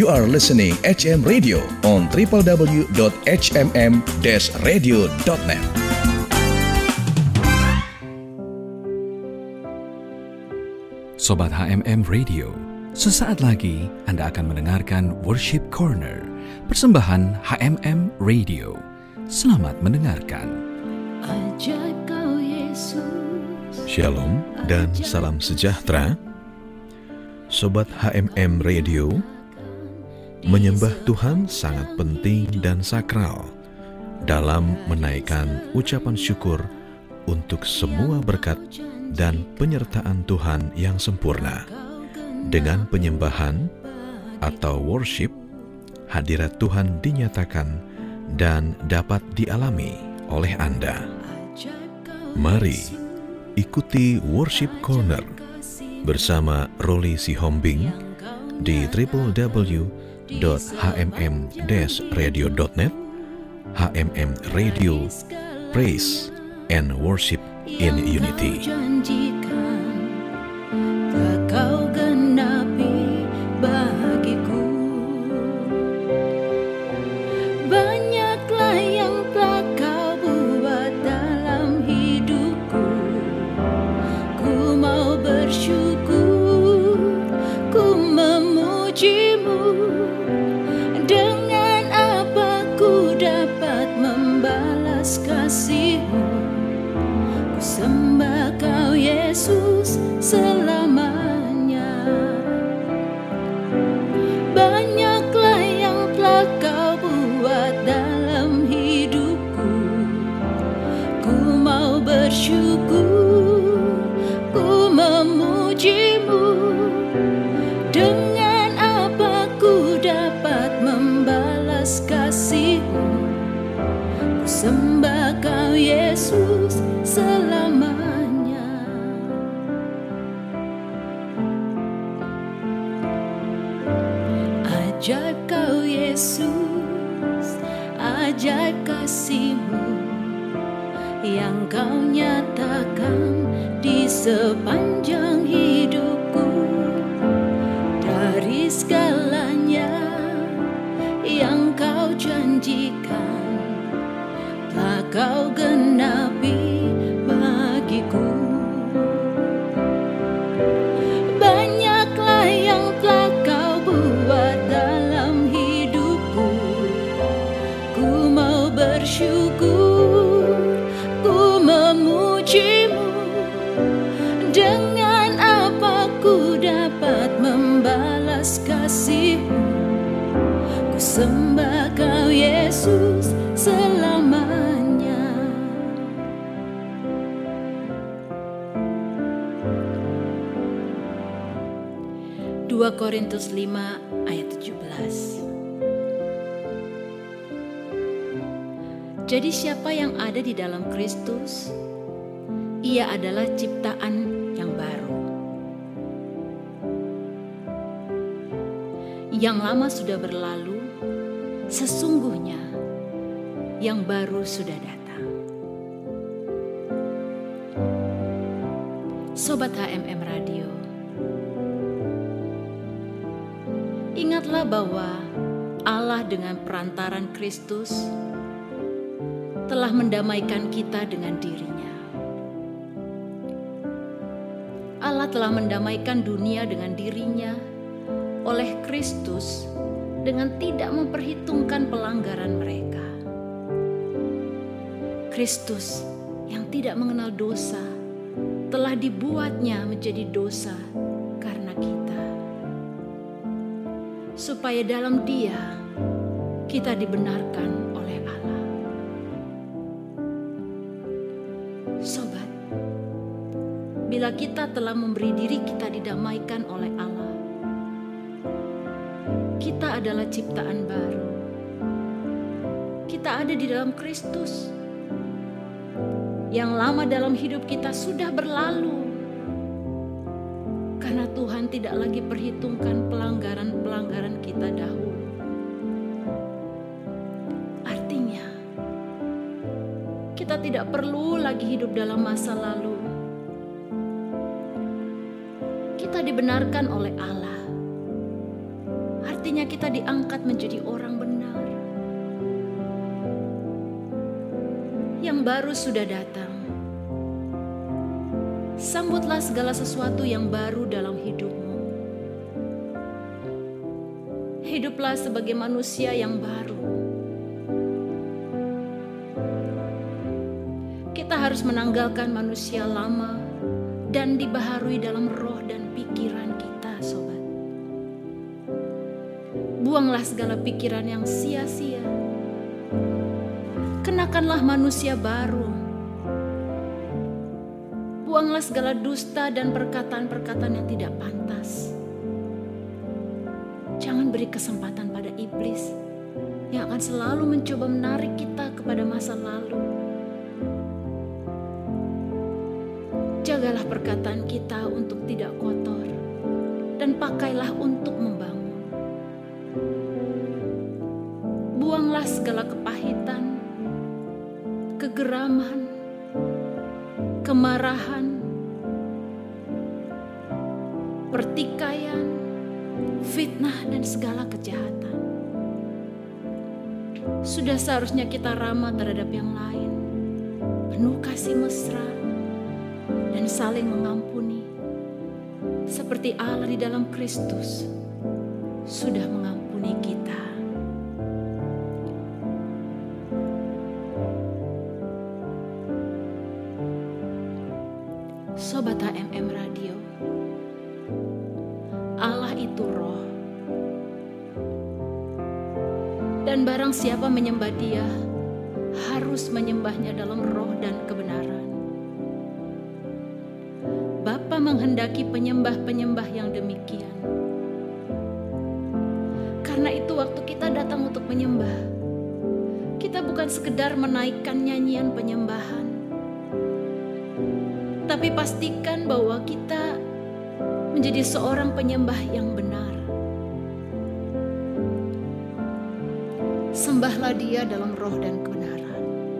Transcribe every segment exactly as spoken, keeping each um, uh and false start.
You are listening H M Radio on w w w dot h m m dash radio dot net. Sobat H M M Radio, sesaat lagi Anda akan mendengarkan Worship Corner, persembahan H M M Radio. Selamat mendengarkan. Ajaib kau Yesus. Shalom dan salam sejahtera. Sobat H M M Radio, menyembah Tuhan sangat penting dan sakral dalam menaikkan ucapan syukur untuk semua berkat dan penyertaan Tuhan yang sempurna. Dengan penyembahan atau worship, hadirat Tuhan dinyatakan dan dapat dialami oleh Anda. Mari ikuti Worship Corner bersama Roli Sihombing di w w w dot h m m dash radio dot net. H M M Radio, Praise and Worship in Unity. Tak kau genapi bagiku. Banyaklah yang telah kau buat dalam hidupku. Ku mau bersyukur, ku memujimu. Dengan apa ku dapat membalas kasih-Mu? Ku sembah kau Yesus selamanya. Banyaklah yang telah kau buat dalam hidupku. Ku mau bersyukur, ku memujimu. Dengan apa ku dapat membalas kasih-Mu? Ku sembah kau Yesus selamanya. Ajaib kau Yesus, ajaib kasih-Mu yang kau nyatakan di sepanjang hidupku. Dari segalanya yang kau janjikan telah kau genapi bagiku. Banyaklah yang telah kau buat dalam hidupku. Ku mau bersyukur, ku memujimu. Dengan apa ku dapat membalas kasih-Mu? Ku sembah kau Yesus selamanya. dua Korintus lima ayat tujuh belas. Jadi siapa yang ada di dalam Kristus, ia adalah ciptaan yang baru. Yang lama sudah berlalu, sesungguhnya yang baru sudah datang. Sobat H M M Radio, ingatlah bahwa Allah dengan perantaran Kristus telah mendamaikan kita dengan diri-Nya. Allah telah mendamaikan dunia dengan diri-Nya oleh Kristus dengan tidak memperhitungkan pelanggaran mereka. Kristus yang tidak mengenal dosa telah dibuatnya menjadi dosa karena kita, supaya dalam Dia kita dibenarkan oleh Allah. Sobat, bila kita telah memberi diri kita didamaikan oleh Allah, kita adalah ciptaan baru. Kita ada di dalam Kristus. Yang lama dalam hidup kita sudah berlalu, karena Tuhan tidak lagi perhitungkan pelanggaran-pelanggaran kita dahulu. Artinya, kita tidak perlu lagi hidup dalam masa lalu. Kita dibenarkan oleh Allah. Artinya akhirnya kita diangkat menjadi orang benar. Yang baru sudah datang. Sambutlah segala sesuatu yang baru dalam hidupmu. Hiduplah sebagai manusia yang baru. Kita harus menanggalkan manusia lama dan dibaharui dalam roh dan pikiran kita, sobat. Buanglah segala pikiran yang sia-sia. Kenakanlah manusia baru. Buanglah segala dusta dan perkataan-perkataan yang tidak pantas. Jangan beri kesempatan pada iblis yang akan selalu mencoba menarik kita kepada masa lalu. Jagalah perkataan kita untuk tidak kotor dan pakailah untuk membangun. Buanglah segala kepahitan, kegeraman, kemarahan, pertikaian, fitnah, dan segala kejahatan. Sudah seharusnya kita ramah terhadap yang lain, penuh kasih mesra, dan saling mengampuni, seperti Allah di dalam Kristus sudah mengampuni kita. Sobat H M M Radio, Allah itu roh. Dan barang siapa menyembah Dia, harus menyembahnya dalam roh dan kebenaran. Bapa menghendaki penyembah-penyembah yang demikian. Karena itu waktu kita datang untuk menyembah, kita bukan sekedar menaikkan nyanyian penyembahan, tapi pastikan bahwa kita menjadi seorang penyembah yang benar. Sembahlah Dia dalam roh dan kebenaran.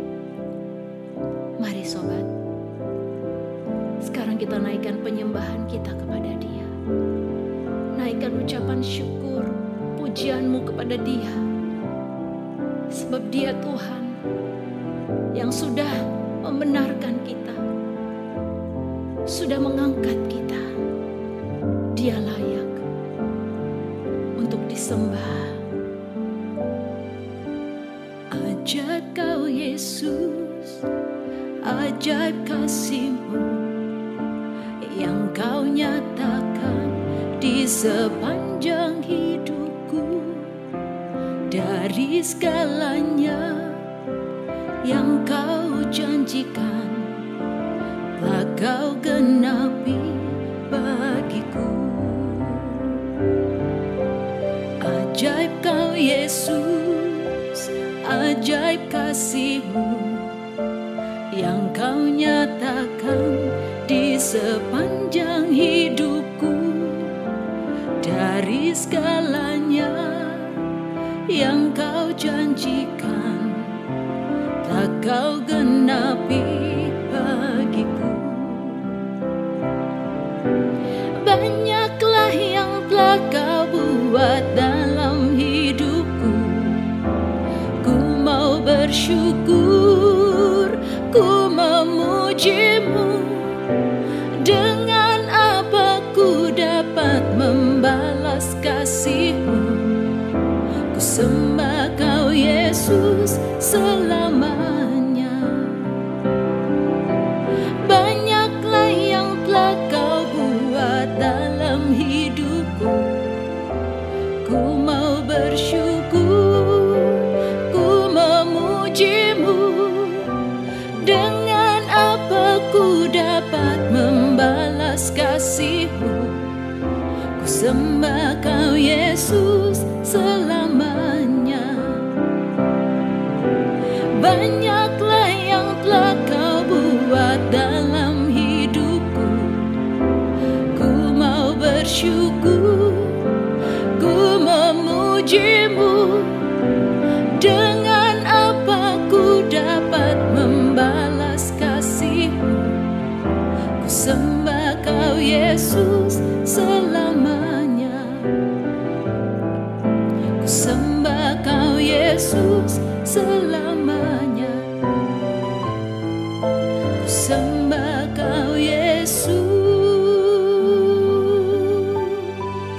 Mari sobat, sekarang kita naikkan penyembahan kita kepada Dia. Naikkan ucapan syukur, pujianmu kepada Dia. Sebab Dia Tuhan yang sudah membenarkan kita, sudah mengangkat kita. Dia layak untuk disembah. Ajaib Kau Yesus, ajaib kasih-Mu yang Kau nyatakan di sepanjang hidupku. Dari segalanya yang Kau janjikan, telah Kau genapi bagiku. Ajaib Kau Yesus, ajaib kasih-Mu yang Kau nyatakan di sepanjang hidupku. Dari segalanya yang Kau janjikan, telah Kau genapi bagiku. Banyaklah yang telah Kau buat dalam hidupku. Ku mau bersyukur, ku memuji-Mu. Dengan apa ku dapat membalas kasih-Mu? Ku sembah Kau Yesus selamanya. Banyaklah yang telah Kau buat dalam hidupku. Ku mau bersyukur, ku memuji-Mu. Dengan apa ku dapat membalas kasih-Mu? Ku sembah Kau Yesus selamanya. Banyaklah yang telah Kau buat dalam hidupku. Ku mau bersyukur, ku memuji-Mu. Dengan apa ku dapat membalas kasih-Mu? Ku sembah Kau Yesus selamanya. Yesus selamanya. Ku sembah Kau Yesus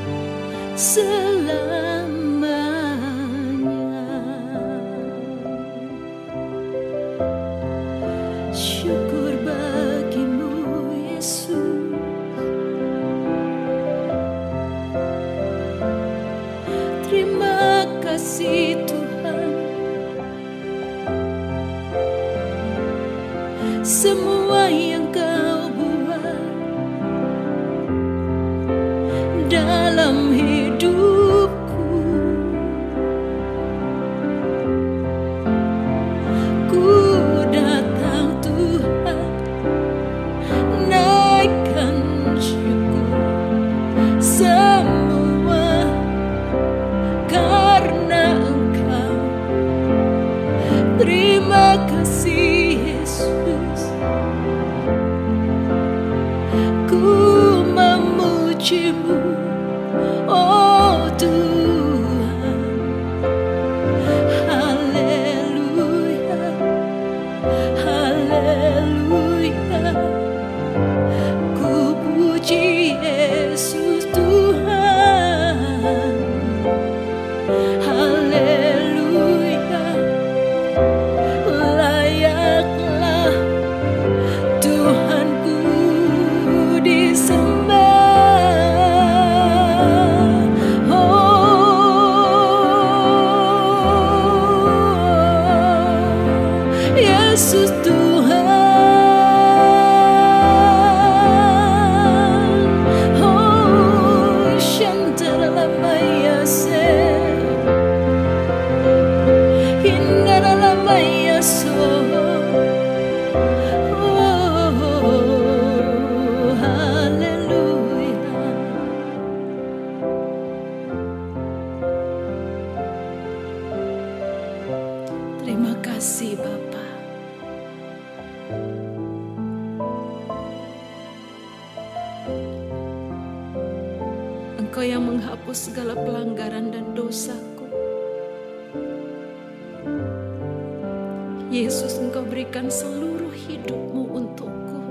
selamanya. Syukur bagimu Yesus, terima kasih Tuhan. Semua yang Kau buat dalam hidupku, ku datang Tuhan, naikkan syukur. Semua karena Engkau. Terima kasih Yesus, ku memuji-Mu, oh Tuhan. Haleluya, haleluya. Ku puji Yesus Tuhan. Haleluya, layaklah Tuhanku disembah. Oh, Yesus Tuhan. Oh, Shantaralamayase, Hindaralamayase. Oh, haleluya. Terima kasih Bapa. Engkau yang menghapus segala pelanggaran dan dosaku. Yesus, Engkau berikan seluruh hidup-Mu untukku.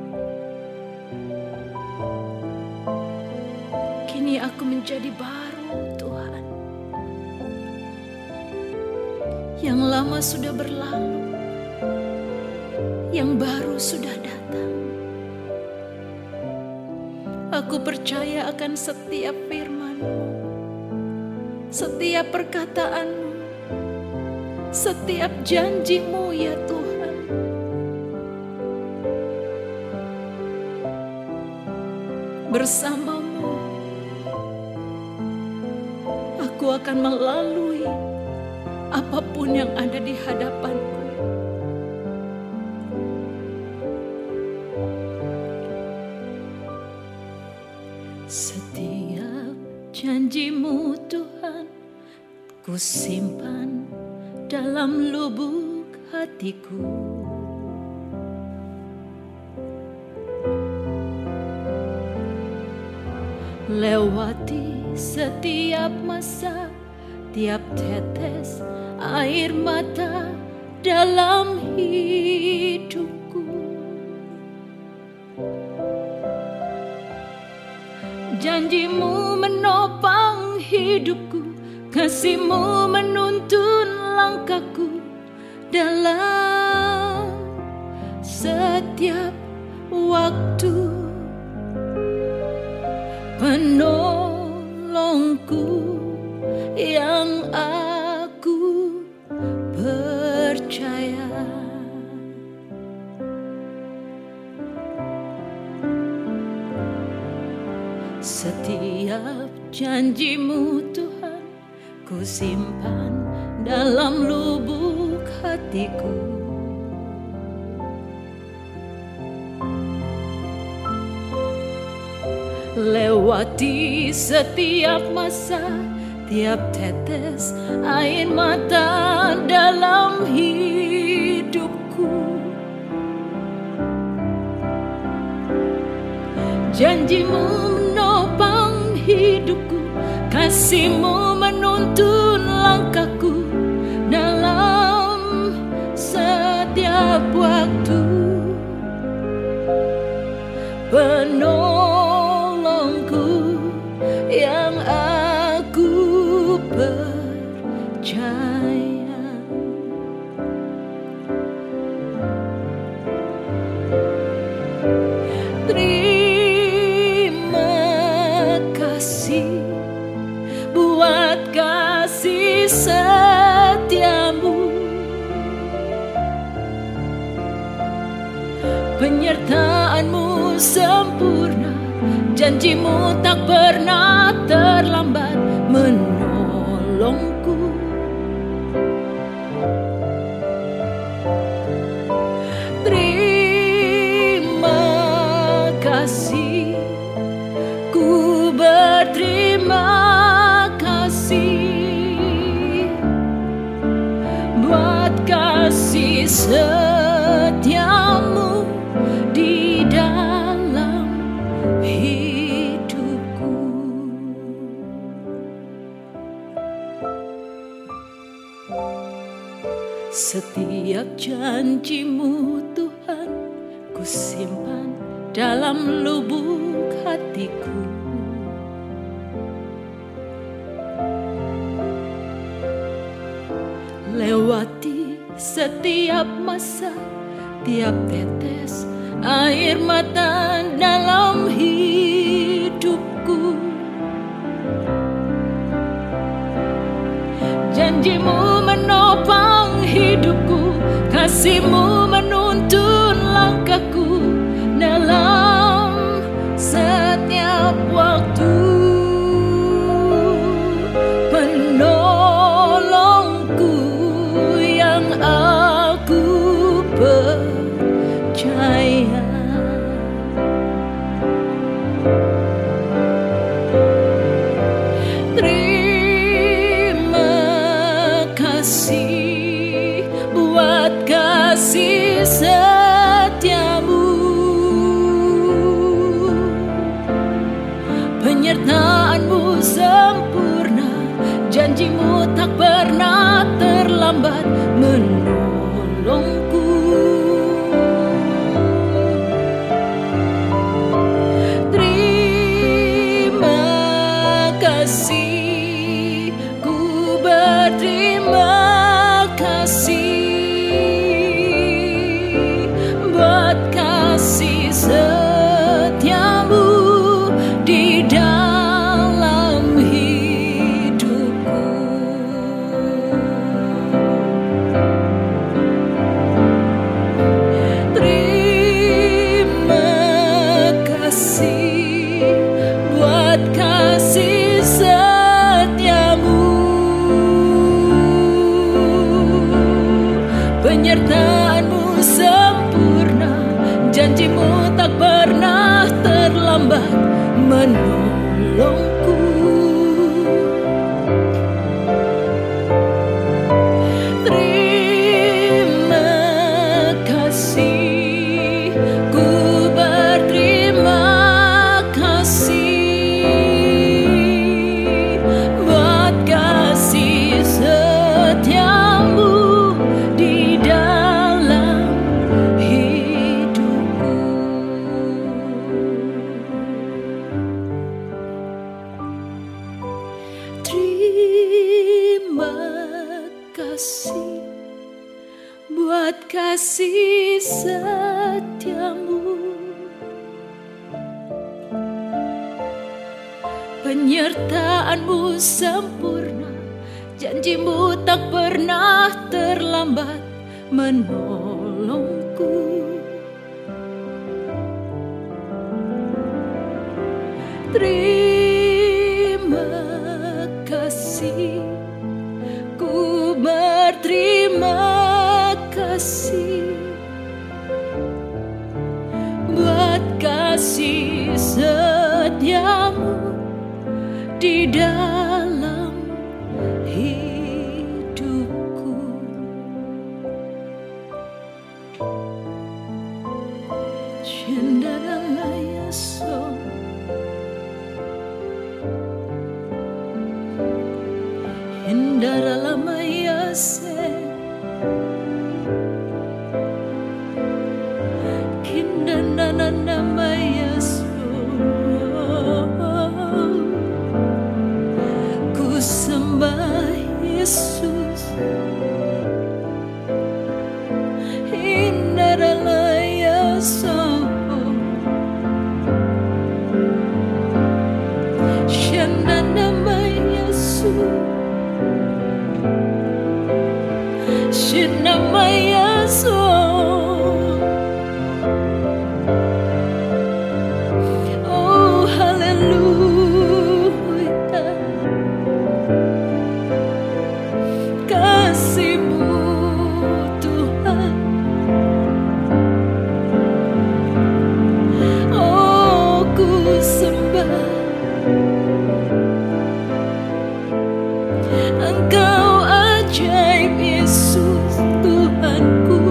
Kini aku menjadi baru Tuhan. Yang lama sudah berlalu, yang baru sudah datang. Aku percaya akan setiap firman-Mu, setiap perkataan-Mu, setiap janji-Mu ya Tuhan. Bersama-Mu aku akan melalui apapun yang ada di hadapanku. Setiap janji-Mu Tuhan, ku simpan dalam lubuk hatiku. Lewati setiap masa, tiap tetes air mata dalam hidupku. Janji-Mu menopang hidupku, kasih-Mu menuntun langkahku dalam setiap waktu. Penolongku yang aku percaya. Setiap janji-Mu Tuhan, ku simpan dalam lubuk hatiku. Lewati setiap masa, tiap tetes air mata dalam hidupku. Janji-Mu menopang hidupku, kasih-Mu menuntun langkahku sayang. Terima kasih buat kasih setiamu, penyertaanmu sempurna, janjimu tak pernah terlambat menolongku. Terima kasih, ku berterima kasih buat kasih setiamu di dalam hidupku. Setiap janjimu Tuhan, ku simpan dalam lubuk hatiku. Lewati setiap masa, tiap tetes air mata dalam hidupku. Janjimu menopang hidupku, kasihmu menuntun langkahku dalam setiap waktu. Penolongku yang aku percaya. Terima kasih buat kasih setiamu, penyertaanmu sempurna, janjimu tak pernah terlambat menolongku. Terima kasih, ku berterima kasih buat kasih setiamu di dalam hidupku. Terima kasih buat kasih setiamu, penyertaanmu sempurna, janjimu tak pernah terlambat menolongku. Terima kasih, ku berterima kasih buat kasih setiamu di dalam hidupku. Terima kasih buat kasih setiamu, penyertaanmu sempurna, janjimu tak pernah terlambat menolongku. Terima kasih, ku berterima kasih buat kasih setiamu di dalam hidupku. Cendana so Hindara lama yase Kindana nama yaso, ku sembah Yesus, Shinamaya song. Oh haleluya, kasih-Mu Tuhan. Oh ku sembah Engkau ajaib Yesus Tuhanku.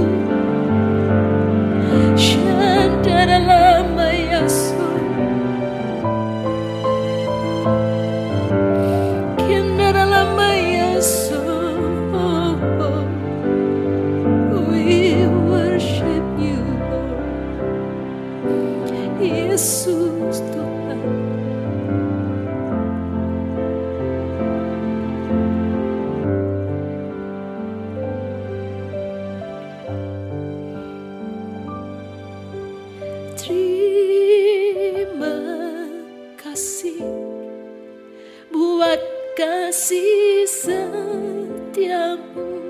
Shandaralama Yaso, Kindaralama Yaso. We worship you, Lord. Yesus Tuhan. Terima kasih buat kasih setiamu,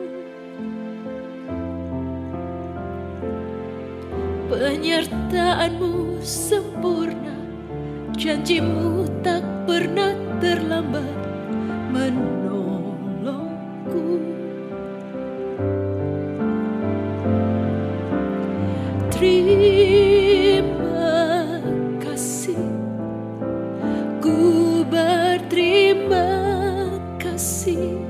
penyertaan-Mu sempurna, janji-Mu tak pernah terlambat menolongku. Terima kasih, ku berterima kasih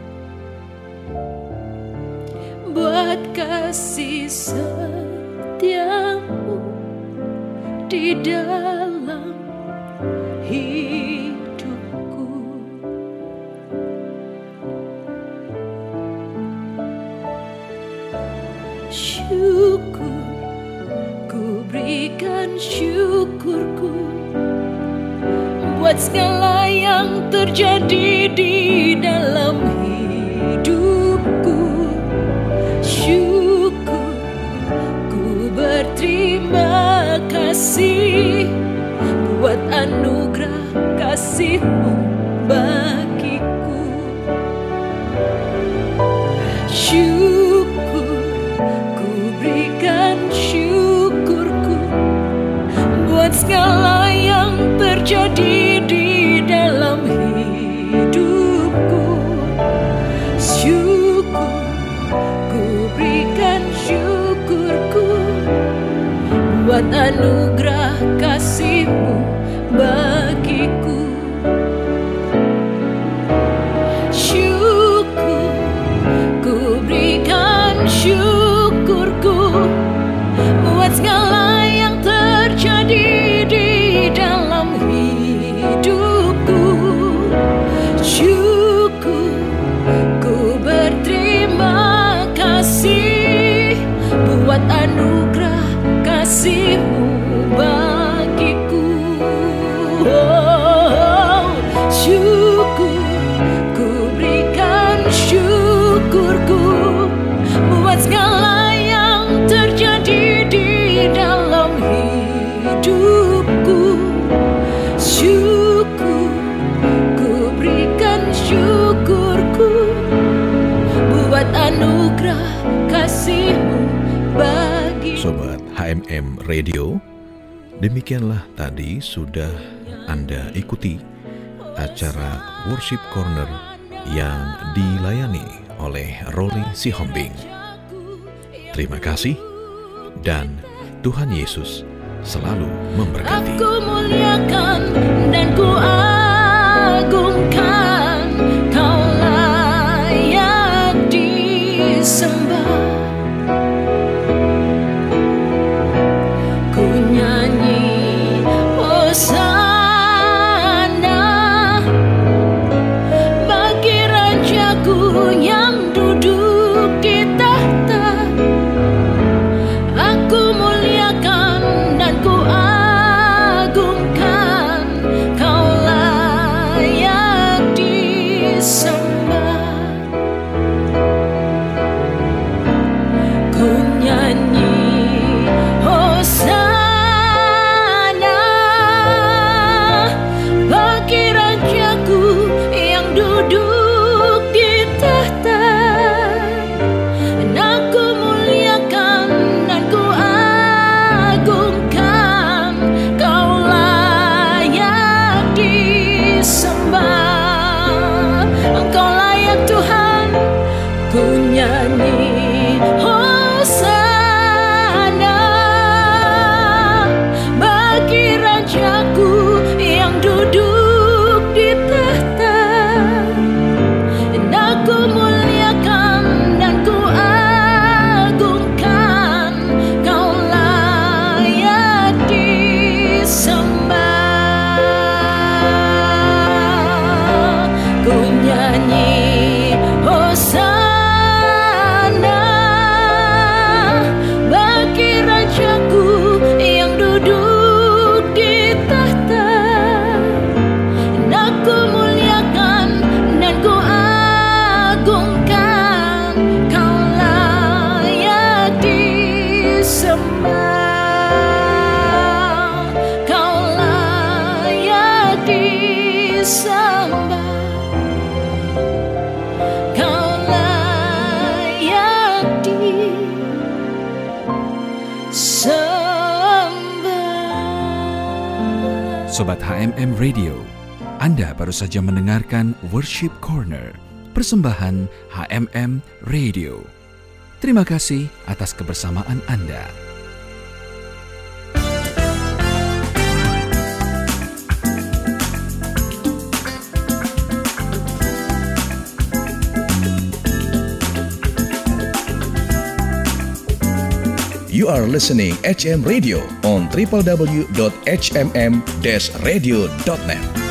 buat kasih setiamu di dalam hidupku. Syukur, ku berikan syukurku buat segala yang terjadi di dalam hidupku. Syukur, ku berterima kasih buat anugerah kasih-Mu bagiku. Syukur, ku berikan syukurku buat segala yang terjadi di dalam hidupku. Syukur, ku berikan syukurku buat anugerah kasih-Mu bagiku. Syukur, ku berikan syukurku buat segala yang terjadi di dalam hidupku. Syukur, ku berterima kasih buat anugerah kasih-Mu bagiku. Oh, syukur, ku berikan syukurku buat segala yang terjadi di dalam hidupku. Syukur, ku berikan syukurku buat anugerah kasih-Mu bagi. Sobat H M M Radio, demikianlah tadi sudah Anda ikuti acara Worship Corner yang dilayani oleh Rory Sihombing. Terima kasih dan Tuhan Yesus selalu memberkati. Aku muliakan dan ku agungkan, Kau layak disembah. Ku nyanyi hosana bagi Rajaku yang duduk di tahta. Aku muliakan dan ku agungkan, Kau layak disembah. nyanyi Hosana bagi Rajaku yang duduk di tahta. Dan aku muliakan dan ku agungkan, Kau layak disembah. Ku nyanyi Hosana bagi Rajaku yang duduk di tahta. Dan aku muliakan dan ku agungkan, Kau layak disembah. Kau layak disembah. Kau layak disembah. Sobat H M M Radio, Anda baru saja mendengarkan Worship Corner, persembahan H M M Radio. Terima kasih atas kebersamaan Anda. You are listening H M Radio on w w w dot h m m dash radio dot net.